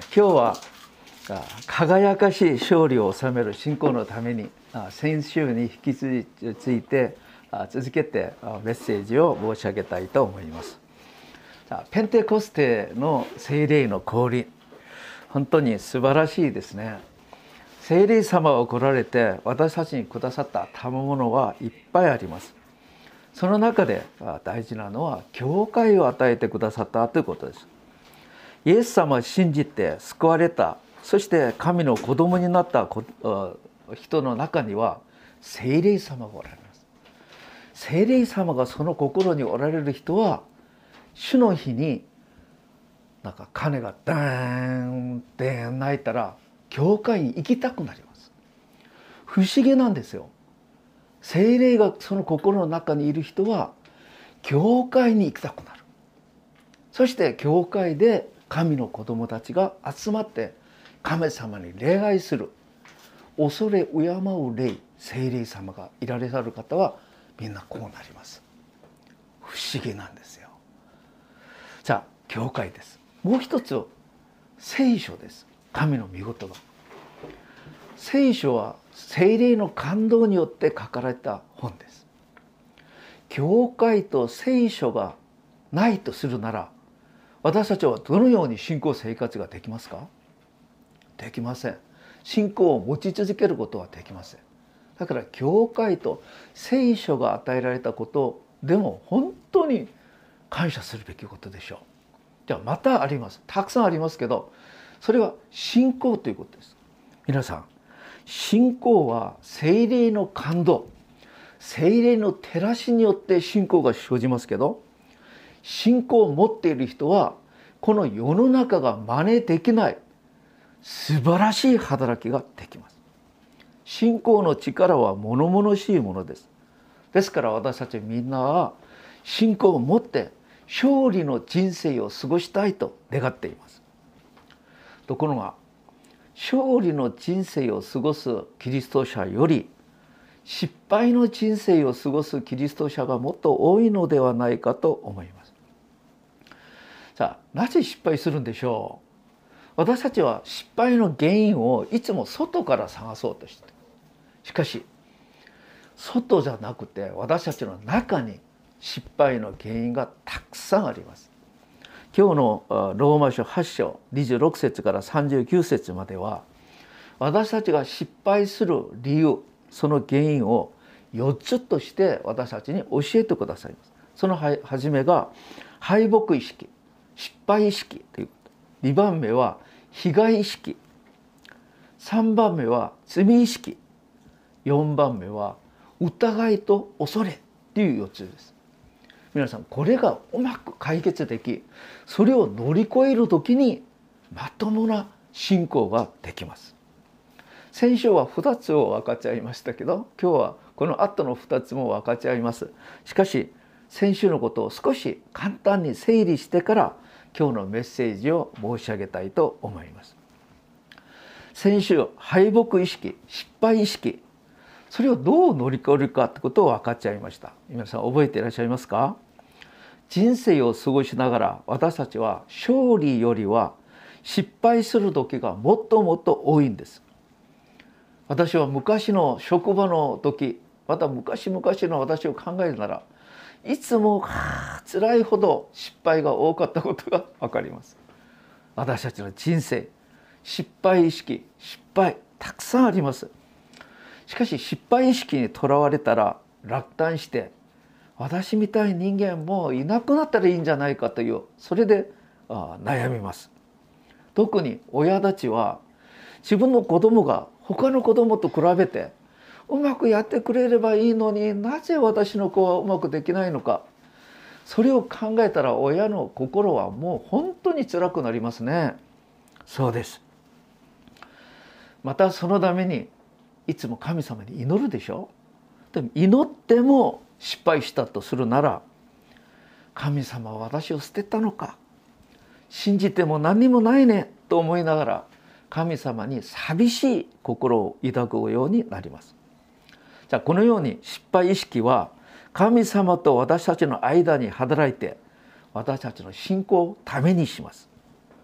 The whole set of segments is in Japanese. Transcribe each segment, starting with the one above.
今日は輝かしい勝利を収める信仰のために先週に引き続いて続けてメッセージを申し上げたいと思います。ペンテコステの聖霊の降臨、本当に素晴らしいですね。聖霊様が来られて私たちにくださった賜物はいっぱいあります。その中で大事なのは教会を与えてくださったということです。イエス様を信じて救われた、そして神の子供になった人の中には聖霊様がおられます。聖霊様がその心におられる人は、主の日になんか鐘がダーンって鳴いたら教会に行きたくなります。不思議なんですよ。聖霊がその心の中にいる人は教会に行きたくなる。そして教会で神の子供たちが集まって神様に礼拝する、恐れ敬う霊、聖霊様がいられる方はみんなこうなります。不思議なんですよ。じゃあ教会です。もう一つ、聖書です。神の御言葉。聖書は聖霊の感動によって書かれた本です。教会と聖書がないとするなら、私たちはどのように信仰生活ができますか？できません。信仰を持ち続けることはできません。だから教会と聖書が与えられたことでも本当に感謝するべきことでしょう。じゃあまたあります。たくさんありますけど、それは信仰ということです。皆さん、信仰は聖霊の感動、聖霊の照らしによって信仰が生じますけど、信仰を持っている人はこの世の中が真似できない素晴らしい働きができます。信仰の力は物々しいものです。ですから私たちみんなは信仰を持って勝利の人生を過ごしたいと願っています。ところが勝利の人生を過ごすキリスト者より失敗の人生を過ごすキリスト者がもっと多いのではないかと思います。さあ、なぜ失敗するんでしょう。私たちは失敗の原因をいつも外から探そうとして、しかし外じゃなくて私たちの中に失敗の原因がたくさんあります。今日のローマ書8章26節から39節までは、私たちが失敗する理由、その原因を4つとして私たちに教えてくださいます。その初めが敗北意識、失敗意識ということ。2番目は被害意識、3番目は罪意識、4番目は疑いと恐れという4つです。皆さん、これがうまく解決でき、それを乗り越えるときにまともな信仰ができます。先週は2つを分かち合いましたけど、今日はこの後の2つも分かち合います。しかし先週のことを少し簡単に整理してから今日のメッセージを申し上げたいと思います。先週、敗北意識、失敗意識、それをどう乗り越えるかということを分かち合いました。皆さん覚えていらっしゃいますか？人生を過ごしながら私たちは勝利よりは失敗する時がもっともっと多いんです。私は昔の職場の時、また昔々の私を考えるなら、いつも辛いほど失敗が多かったことが分かります。私たちの人生、失敗意識、失敗たくさんあります。しかし失敗意識にとらわれたら落胆して、私みたい人間もういなくなったらいいんじゃないかという、それで悩みます。特に親たちは自分の子供が他の子供と比べてうまくやってくれればいいのに、なぜ私の子はうまくできないのか、それを考えたら親の心はもう本当に辛くなりますね。そうです。またそのためにいつも神様に祈るでしょ。でも祈っても失敗したとするなら、神様は私を捨てたのか、信じても何にもないねと思いながら神様に寂しい心を抱くようになります。じゃあこのように失敗意識は神様と私たちの間に働いて、私たちの信仰をためにします。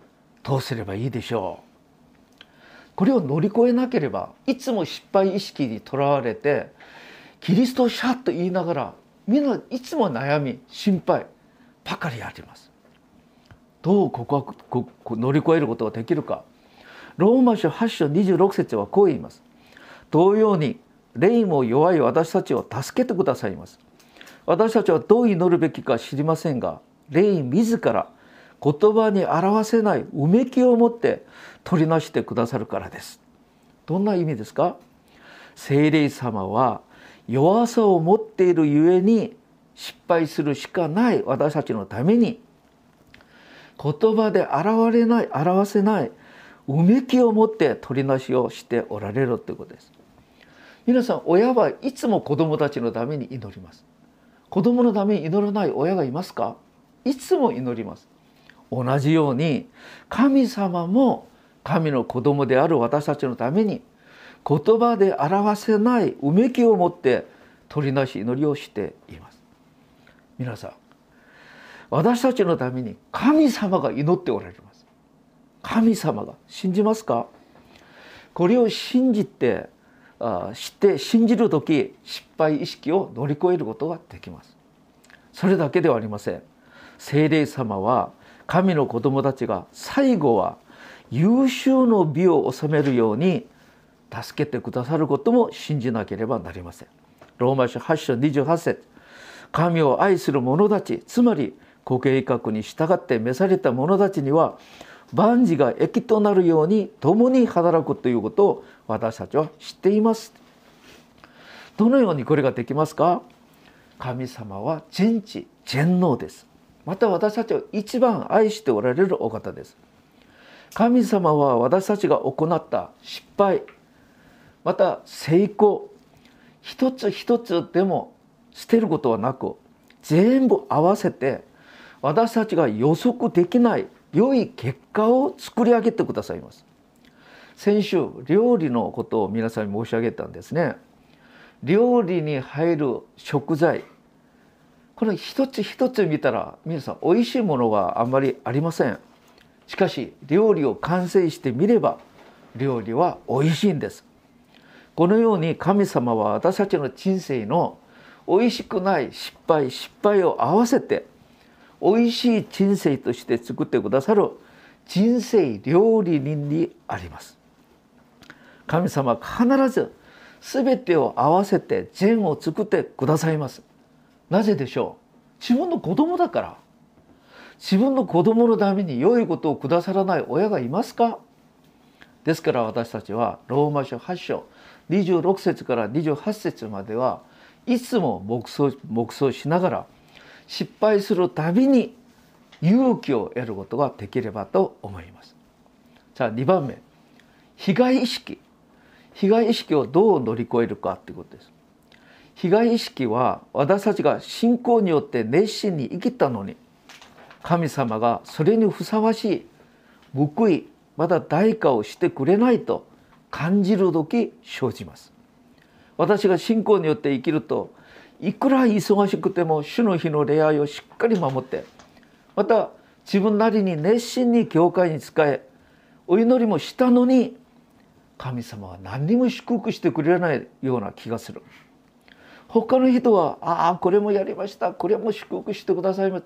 どうすればいいでしょう。これを乗り越えなければ、いつも失敗意識にとらわれて、キリスト者と言いながら、みんないつも悩み、心配ばかりあります。どう乗り越えることができるか。ローマ書8章26節はこう言います。同様に霊も弱い私たちを助けてくださいます。私たちはどう祈るべきか知りませんが、霊自ら言葉に表せないうめきを持って取りなしてくださるからです。どんな意味ですか？聖霊様は弱さを持っているゆえに失敗するしかない私たちのために、言葉で表せないうめきを持って取りなしをしておられるということです。皆さん、親はいつも子供たちのために祈ります。子供のために祈らない親がいますか？いつも祈ります。同じように神様も神の子供である私たちのために言葉で表せないうめきを持って取りなし祈りをしています。皆さん、私たちのために神様が祈っておられます。神様が。信じますか？これを信じて信じるとき、失敗意識を乗り越えることができます。それだけではありません。聖霊様は神の子供たちが最後は有終の美を収めるように助けてくださることも信じなければなりません。ローマ書8章28節、神を愛する者たち、つまりご計画に従って召された者たちには万事が益となるように共に働くということを私たちは知っています。どのようにこれができますか？神様は全知全能です。また私たちを一番愛しておられるお方です。神様は私たちが行った失敗、また成功、一つ一つでも捨てることはなく、全部合わせて私たちが予測できない良い結果を作り上げてくださいます。先週料理のことを皆さんに申し上げたんですね。料理に入る食材、この一つ一つ見たら皆さん美味しいものはあんまりありません。しかし料理を完成してみれば料理は美味しいんです。このように神様は私たちの人生の美味しくない失敗を合わせて美味しい人生として作ってくださる人生料理人にあります。神様は必ず全てを合わせて善を作ってくださいます。なぜでしょう？自分の子供だから。自分の子供のために良いことをくださらない親がいますか？ですから私たちはローマ書8章26節から28節まではいつも黙想しながら失敗するたびに勇気を得ることができればと思います。じゃあ2番目、被害意識。被害意識をどう乗り越えるかということです。被害意識は私たちが信仰によって熱心に生きたのに、神様がそれにふさわしい報い、また代価をしてくれないと感じる時生じます。私が信仰によって生きると、いくら忙しくても主の日の礼拝をしっかり守って、また自分なりに熱心に教会に仕え、お祈りもしたのに、神様は何にも祝福してくれないような気がする。他の人はこれもやりました、これも祝福してくださいました、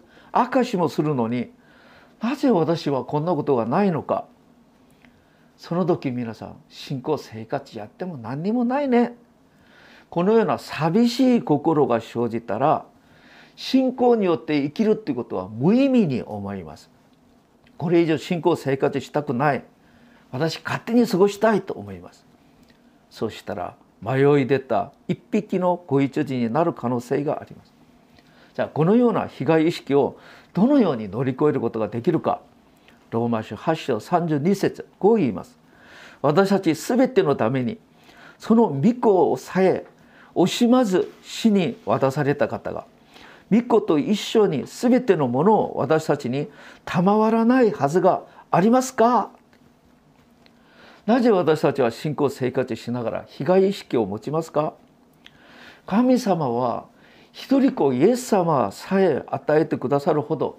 証しもするのに、なぜ私はこんなことがないのか。その時皆さん、信仰生活やっても何にもないね。このような寂しい心が生じたら、信仰によって生きるっていうことは無意味に思います。これ以上信仰生活したくない、私勝手に過ごしたいと思います。そうしたら迷い出た一匹の子羊になる可能性があります。じゃあこのような被害意識をどのように乗り越えることができるか。ローマ書8章32節、こう言います。私たちすべてのためにその御子をさえ惜しまず死に渡された方が、御子と一緒にすべてのものを私たちに賜らないはずがありますか？なぜ私たちは信仰生活しながら被害意識を持ちますか？神様は一人子イエス様さえ与えてくださるほど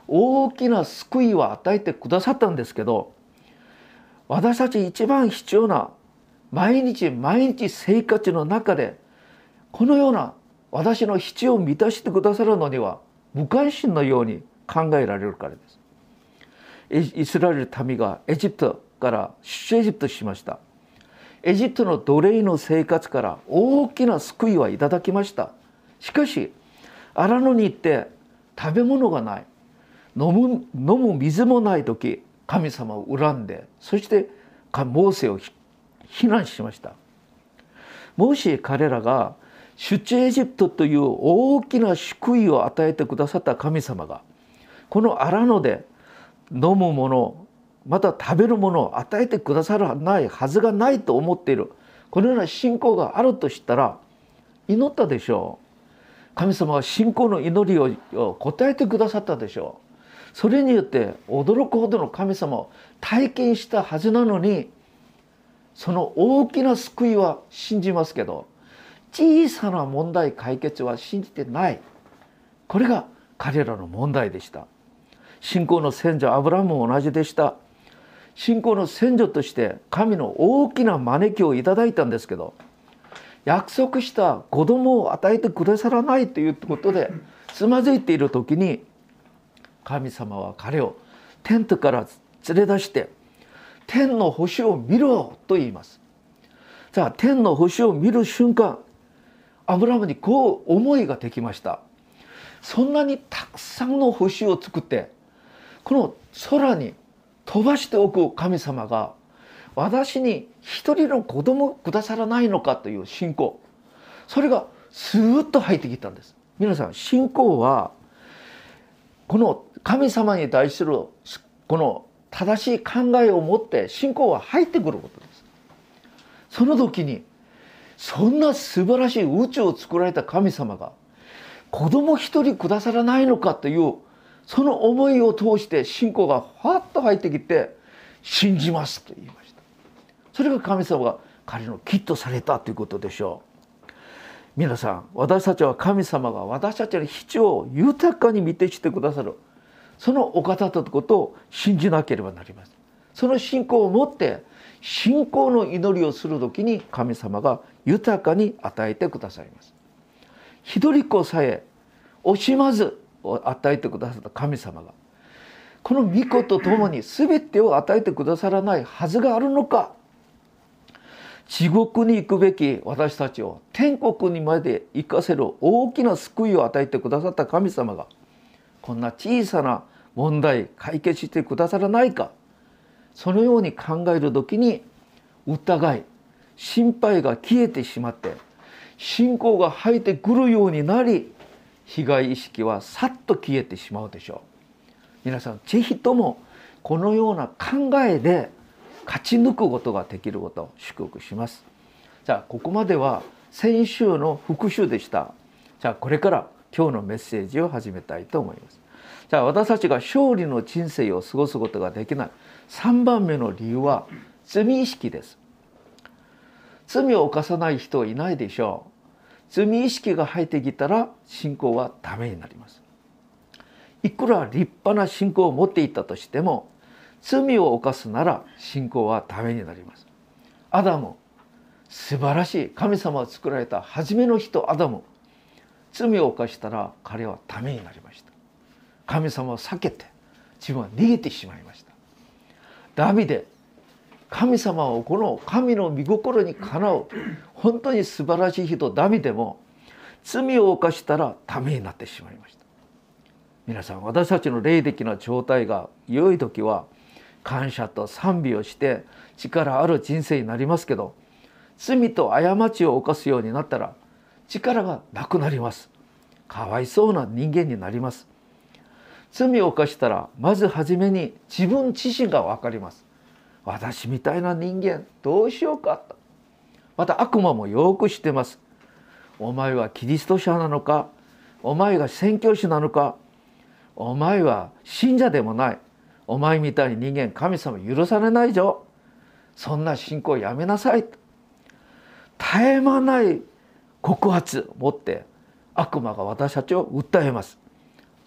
大きな救いを与えてくださったんですけど、私たち一番必要な毎日毎日生活の中でこのような私の必要を満たしてくださるのには無関心のように考えられるからです。イスラエル民がエジプトから出エジプトしました。エジプトの奴隷の生活から大きな救いはいただきました。しかし荒野に行って食べ物がない、飲む水もない時、神様を恨んで、そしてモーセを非難しました。もし彼らが出エジプトという大きな救いを与えてくださった神様がこの荒野で飲むもの、また食べるものを与えてくださらないはずがないと思っている、このような信仰があるとしたら祈ったでしょう。神様は信仰の祈りを答えてくださったでしょう。それによって驚くほどの神様を体験したはずなのに、その大きな救いは信じますけど、小さな問題解決は信じてない。これが彼らの問題でした。信仰の先祖アブラハムも同じでした。信仰の先祖として神の大きな招きをいただいたんですけど、約束した子供を与えてくださらないということでつまずいている時に、神様は彼をテントから連れ出して天の星を見ろと言います。じゃあ天の星を見る瞬間、アブラハムにこう思いができました。そんなにたくさんの星を作ってこの空に飛ばしておく神様が私に一人の子供をくださらないのかという信仰、それがスーッと入ってきたんです。皆さん、信仰はこの神様に対するこの正しい考えを持って信仰は入ってくることです。その時にそんな素晴らしい宇宙を作られた神様が子供一人くださらないのかというその思いを通して信仰がファッと入ってきて、信じますと言いました。それが神様が彼のキットされたということでしょう。皆さん、私たちは神様が私たちの必要を豊かに満たしてくださる、そのお方ということを信じなければなりません。その信仰を持って信仰の祈りをするときに神様が豊かに与えてくださいます。一人っ子さえ惜しまずを与えてくださった神様がこの御子とともに全てを与えてくださらないはずがあるのか。地獄に行くべき私たちを天国にまで行かせる大きな救いを与えてくださった神様がこんな小さな問題解決してくださらないか。そのように考えるときに疑い、心配が消えてしまって信仰が入ってくるようになり、被害意識はさっと消えてしまうでしょう。皆さん、ぜひともこのような考えで勝ち抜くことができることを祝福します。じゃあここまでは先週の復習でした。じゃあこれから今日のメッセージを始めたいと思います。じゃあ私たちが勝利の人生を過ごすことができない3番目の理由は罪意識です。罪を犯さない人はいないでしょう。罪意識が入ってきたら信仰はダメになります。いくら立派な信仰を持っていたとしても罪を犯すなら信仰はダメになります。アダム、素晴らしい神様を作られた初めの人アダム、罪を犯したら彼はダメになりました。神様を避けて自分は逃げてしまいました。ダビデ、神様をこの神の御心にかなう本当に素晴らしい人ダビデも罪を犯したらダメになってしまいました。皆さん、私たちの霊的な状態が良い時は感謝と賛美をして力ある人生になりますけど、罪と過ちを犯すようになったら力がなくなります。かわいそうな人間になります。罪を犯したらまずはじめに自分自身が分かります。私みたいな人間どうしようかと。また悪魔もよく知ってます。お前はキリスト者なのか、お前が宣教師なのか、お前は信者でもない、お前みたいに人間神様許されないぞ、そんな信仰やめなさいと絶え間ない告発を持って悪魔が私たちを訴えます。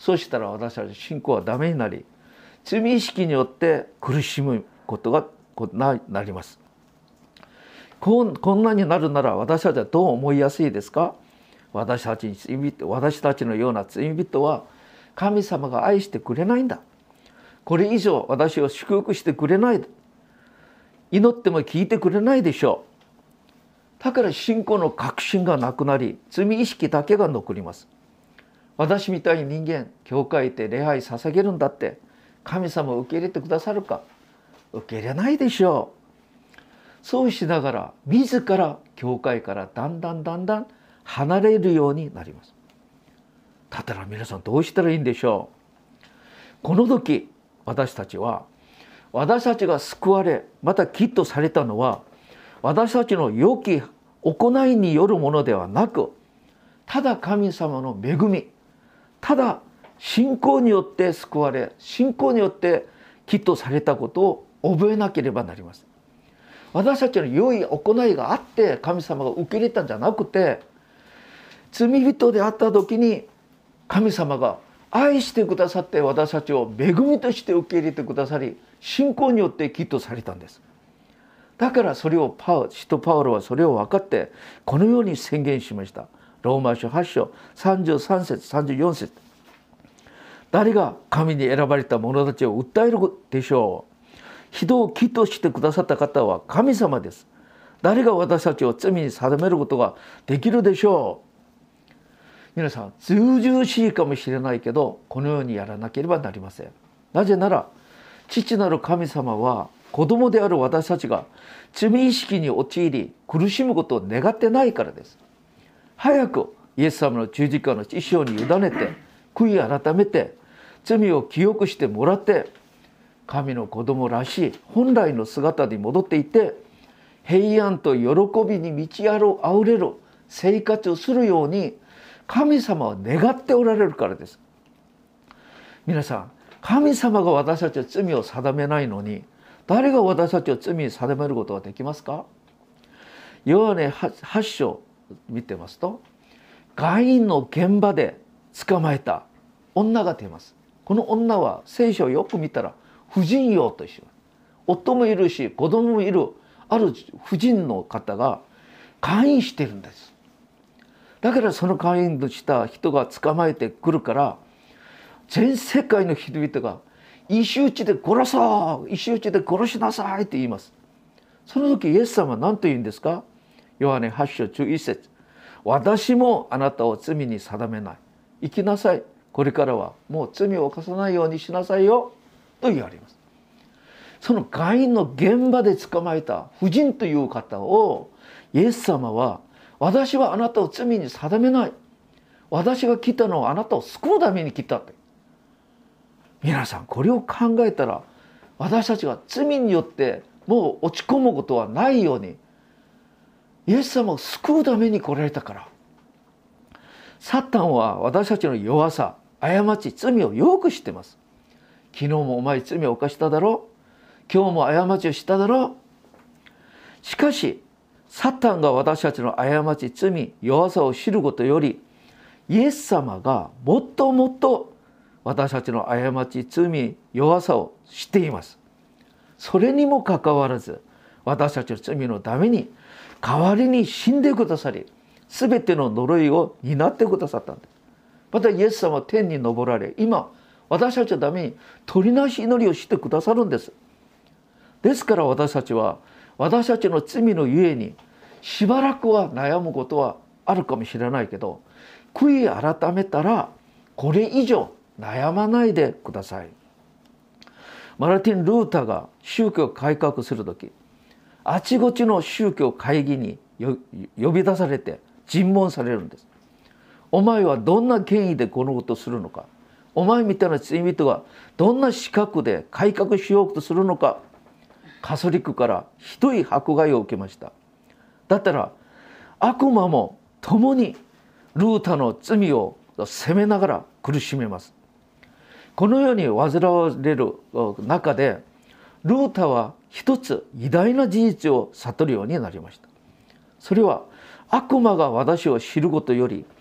そうしたら私たち信仰はダメになり、罪意識によって苦しむことがなります。こんなになるなら私たちはどう思いやすいですか？私たちのような罪人は神様が愛してくれないんだ。これ以上私を祝福してくれない。祈っても聞いてくれないでしょう。だから信仰の確信がなくなり、罪意識だけが残ります。私みたいに人間、教会行って礼拝捧げるんだって、神様を受け入れてくださるか？受け入れないでしょう。そうしながら、自ら教会からだんだん離れるようになります。だったら皆さんどうしたらいいんでしょう？この時、私たちが救われ、またきっとされたのは、私たちの良き行いによるものではなく、ただ神様の恵み、ただ信仰によって救われ、信仰によってきっとされたことを覚えなければなりません。私たちの良い行いがあって神様が受け入れたんじゃなくて、罪人であった時に神様が愛してくださって私たちを恵みとして受け入れてくださり、信仰によってきっとされたんです。だからそれを使徒パウロはそれを分かってこのように宣言しました。ローマ書8章33節34節。誰が神に選ばれた者たちを訴えるでしょう？人を義としてくださった方は神様です。誰が私たちを罪に定めることができるでしょう？皆さん、ずうずうしいかもしれないけど、このようにやらなければなりません。なぜなら、父なる神様は子供である私たちが罪意識に陥り苦しむことを願ってないからです。早くイエス様の十字架の意志に委ねて、悔い改めて、罪を記憶してもらって、神の子供らしい本来の姿に戻っていて、平安と喜びに満ちあふれる生活をするように神様は願っておられるからです。皆さん、神様が私たちの罪を定めないのに、誰が私たちを罪に定めることができますか？ヨハネ8章見てますと、外院の現場で捕まえた女が出ます。この女は聖書をよく見たら婦人用として、夫もいるし子供もいるある婦人の方が勧誘してるんです。だからその勧誘した人が捕まえてくるから、全世界の人々が石打ちで殺そう、石打ちで殺しなさいって言います。その時イエス様は何と言うんですか？ヨハネ8章11節。私もあなたを罪に定めない。生きなさい。これからはもう罪を犯さないようにしなさいよ。と言われます。その外院の現場で捕まえた婦人という方をイエス様は、私はあなたを罪に定めない。私が来たのはあなたを救うために来たって。皆さん、これを考えたら、私たちが罪によってもう落ち込むことはないように、イエス様を救うために来られたから。サタンは私たちの弱さ、過ち、罪をよく知ってます。昨日もお前罪を犯しただろう。今日も過ちをしただろう。しかし、サタンが私たちの過ち、罪、弱さを知ることより、イエス様がもっともっと私たちの過ち、罪、弱さを知っています。それにもかかわらず、私たちの罪のために代わりに死んでくださり、すべての呪いを担ってくださったんです。またイエス様は天に昇られ、今私たちのために取りなし祈りをしてくださるんです。ですから私たちは私たちの罪のゆえにしばらくは悩むことはあるかもしれないけど、悔い改めたらこれ以上悩まないでください。マルティン・ルーターが宗教を改革するとき、あちこちの宗教会議に呼び出されて尋問されるんです。お前はどんな権威でこのことをするのか。お前みたいな罪人がどんな資格で改革しようとするのか。カトリックからひどい迫害を受けました。だったら悪魔も共にルーターの罪を責めながら苦しめます。このように煩われる中で、ルーターは一つ偉大な事実を悟るようになりました。それは悪魔が私を知ることより、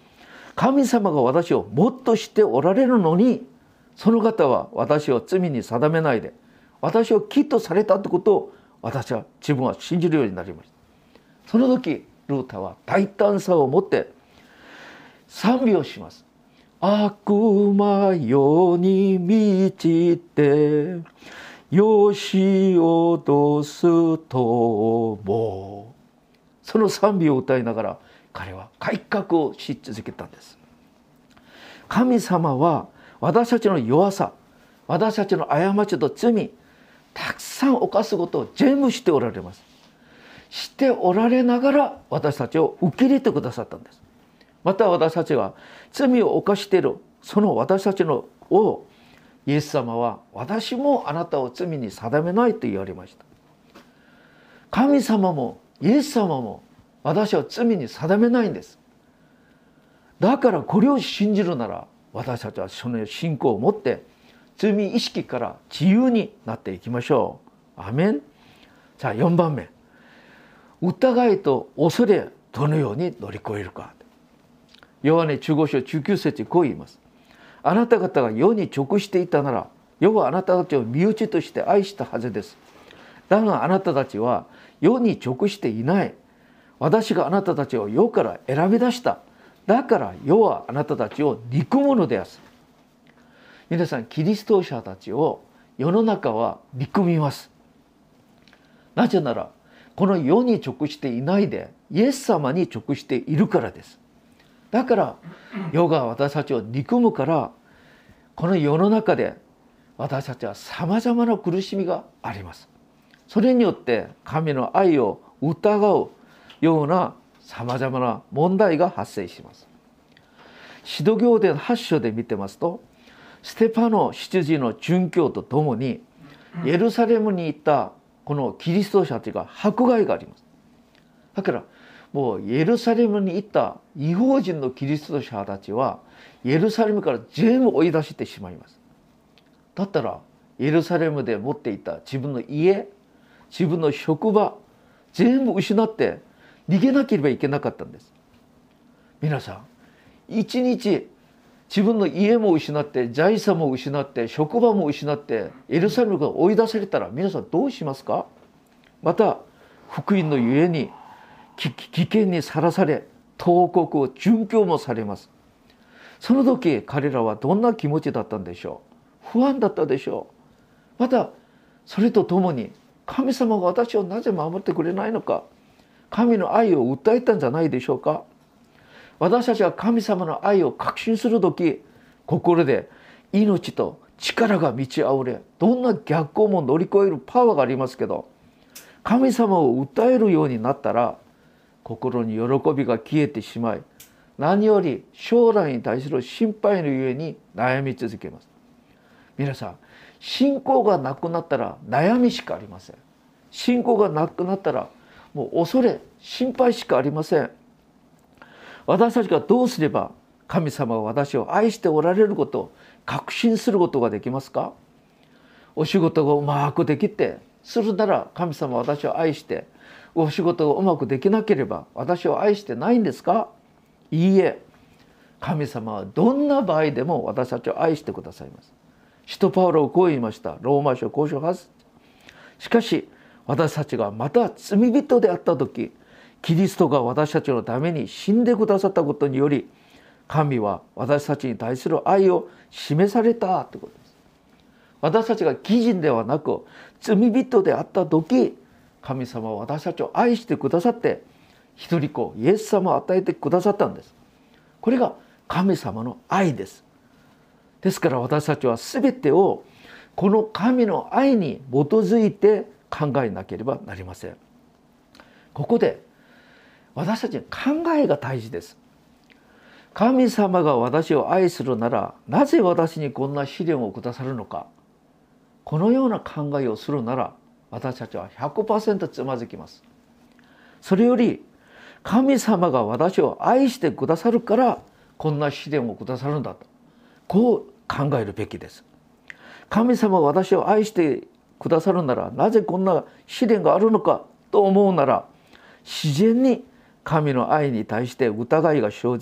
神様が私をもっと知っておられるのに、その方は私を罪に定めないで、私をきっとされたってことを自分は信じるようになりました。その時ルータは大胆さを持って賛美をします。悪魔世に満ちてよし脅すとも、その賛美を歌いながら彼は改革をし続けたんです。神様は私たちの弱さ、私たちの過ちと罪、たくさん犯すことを全部知っておられます。知っておられながら私たちを受け入れてくださったんです。また私たちが罪を犯しているその私たちのをイエス様は、私もあなたを罪に定めないと言われました。神様もイエス様も私は罪に定めないんです。だからこれを信じるなら、私たちはその信仰を持って罪意識から自由になっていきましょう。アメン。じゃあ4番目、疑いと恐れどのように乗り越えるか。ヨハネ15章19節こう言います。あなた方が世に属していたなら、世はあなたたちを身内として愛したはずです。だがあなたたちは世に属していない。私があなたたちを世から選び出した。だから世はあなたたちを憎むのです。皆さん、キリスト者たちを世の中は憎みます。なぜならこの世に属していないでイエス様に属しているからです。だから世が私たちを憎むから、この世の中で私たちはさまざまな苦しみがあります。それによって神の愛を疑うようなさまざまな問題が発生します。使徒行伝8章で見てますと、ステパノ執事の殉教とともにエルサレムに行ったこのキリスト者たちが迫害があります。だからもうエルサレムに行った異邦人のキリスト者たちはエルサレムから全部追い出してしまいます。だったらエルサレムで持っていた自分の家、自分の職場全部失って逃げなければいけなかったんです。皆さん、一日自分の家も失って、財産も失って、職場も失ってエルサレムから追い出されたら皆さんどうしますか？また福音のゆえに危険にさらされ、投獄を殉教もされます。その時彼らはどんな気持ちだったんでしょう？不安だったでしょう。またそれとともに、神様が私をなぜ守ってくれないのか、神の愛を訴えたんじゃないでしょうか。私たちは神様の愛を確信する時、心で命と力が満ち溢れ、どんな逆行も乗り越えるパワーがありますけど、神様を訴えるようになったら心に喜びが消えてしまい、何より将来に対する心配のゆえに悩み続けます。皆さん、信仰がなくなったら悩みしかありません。信仰がなくなったらもう恐れ、心配しかありません。私たちがどうすれば神様が私を愛しておられることを確信することができますか？お仕事がうまくできてするなら、神様は私を愛して、お仕事がうまくできなければ私を愛してないんですか？いいえ、神様はどんな場合でも私たちを愛してくださいます。使徒パウロはこう言いました。ローマ書5章8節。しかし私たちがまた罪人であった時、キリストが私たちのために死んでくださったことにより、神は私たちに対する愛を示されたということです。私たちが義人ではなく罪人であった時、神様は私たちを愛してくださって、一人子イエス様を与えてくださったんです。これが神様の愛です。ですから私たちは全てをこの神の愛に基づいて考えなければなりません。ここで私たちの考えが大事です。神様が私を愛するなら、なぜ私にこんな試練をくださるのか。このような考えをするなら、私たちは 100% つまずきます。それより神様が私を愛してくださるからこんな試練をくださるんだと、こう考えるべきです。神様が私を愛してくださるなら、なぜこんな試練があるのかと思うなら、自然に神の愛に対して疑いが生じ、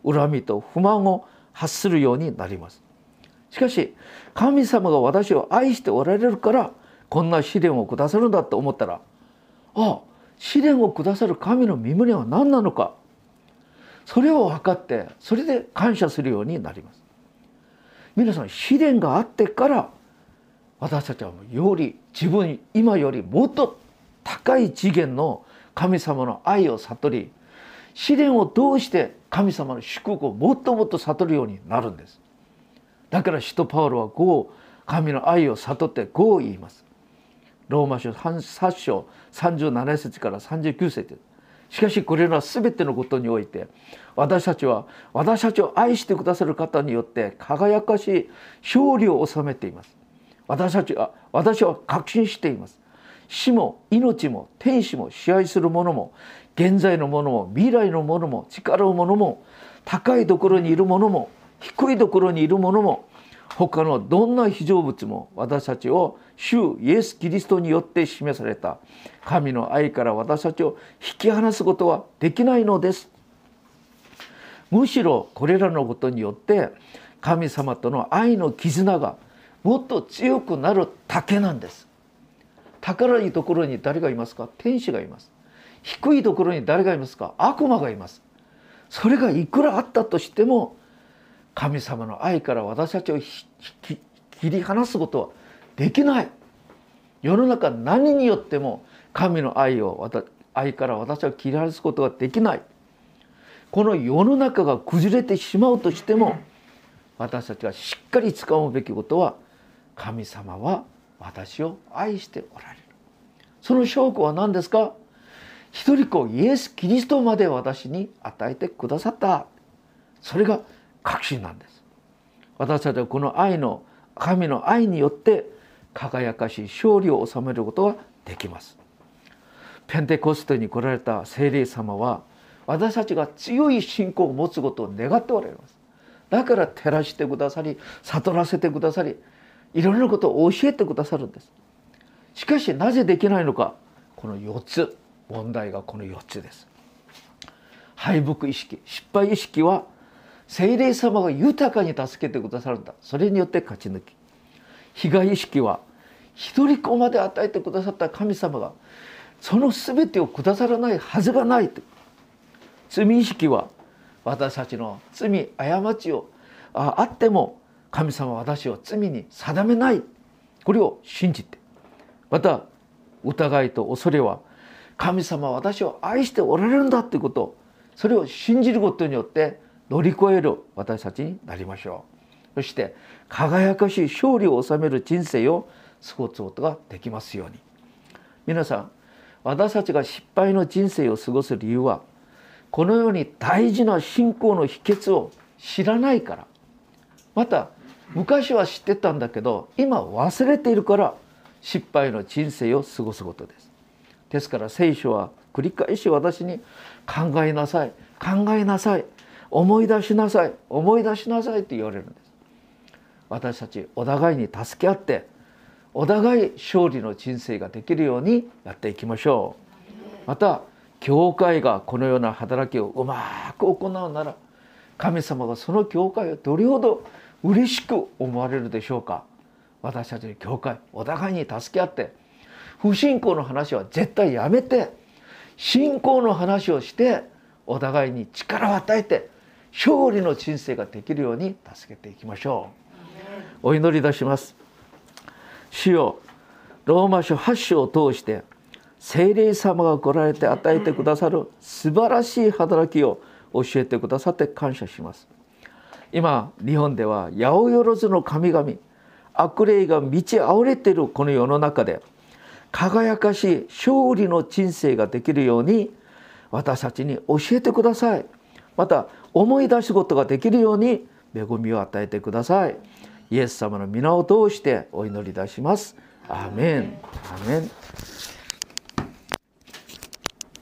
恨みと不満を発するようになります。しかし神様が私を愛しておられるからこんな試練をくださるんだと思ったら、試練をくださる神の身旨は何なのか、それを分かってそれで感謝するようになります。皆さん、試練があってから私たちはより今よりもっと高い次元の神様の愛を悟り、試練を通して神様の祝福をもっともっと悟るようになるんです。だから使徒パウロは神の愛を悟ってこう言います。ローマ書8章37節から39節。しかしこれら全てのことにおいて私たちを愛してくださる方によって輝かしい勝利を収めています。私は確信しています。死も命も天使も支配するものも現在のものも未来のものも力のものも高いところにいるものも低いところにいるものも他のどんな被造物も私たちを主イエス・キリストによって示された神の愛から私たちを引き離すことはできないのです。むしろこれらのことによって神様との愛の絆がもっと強くなるだけなんです。高いところに誰がいますか？天使がいます。低いところに誰がいますか？悪魔がいます。それがいくらあったとしても神様の愛から私たちを切り離すことはできない。世の中何によっても神の愛から私は切り離すことができない。この世の中が崩れてしまうとしても私たちがしっかり掴むべきことは、神様は私を愛しておられる。その証拠は何ですか？一人子イエス・キリストまで私に与えてくださった。それが確信なんです。私たちはこの神の愛によって輝かしい勝利を収めることができます。ペンテコステに来られた聖霊様は私たちが強い信仰を持つことを願っておられます。だから照らしてくださり、悟らせてくださり、いろんなことを教えてくださるんです。しかしなぜできないのか、この4つ、問題がこの4つです。敗北意識、失敗意識は聖霊様が豊かに助けてくださるんだ。それによって勝ち抜き。被害意識は一人子まで与えてくださった神様がその全てをくださらないはずがない。罪意識は私たちの罪過ちをあっても神様は私を罪に定めない。これを信じて、また疑いと恐れは神様は私を愛しておられるんだということ、それを信じることによって乗り越える私たちになりましょう。そして輝かしい勝利を収める人生を過ごすことができますように。皆さん、私たちが失敗の人生を過ごす理由はこのように大事な信仰の秘訣を知らないから、また昔は知ってたんだけど今忘れているから失敗の人生を過ごすことです。ですから聖書は繰り返し私に考えなさい、考えなさい、思い出しなさい、思い出しなさいと言われるんです。私たちお互いに助け合ってお互い勝利の人生ができるようにやっていきましょう。また教会がこのような働きをうまく行うなら神様がその教会をどれほど嬉しく思われるでしょうか。私たちの教会お互いに助け合って不信仰の話は絶対やめて信仰の話をしてお互いに力を与えて勝利の人生ができるように助けていきましょう。お祈りいたします。主よ、ローマ書8章を通して聖霊様が来られて与えてくださる素晴らしい働きを教えてくださって感謝します。今日本では八百万の神々、悪霊が満ち溢れているこの世の中で輝かしい勝利の人生ができるように私たちに教えてください。また思い出すことができるように恵みを与えてください。イエス様の皆を通してお祈りいたします。アーメン。アーメン。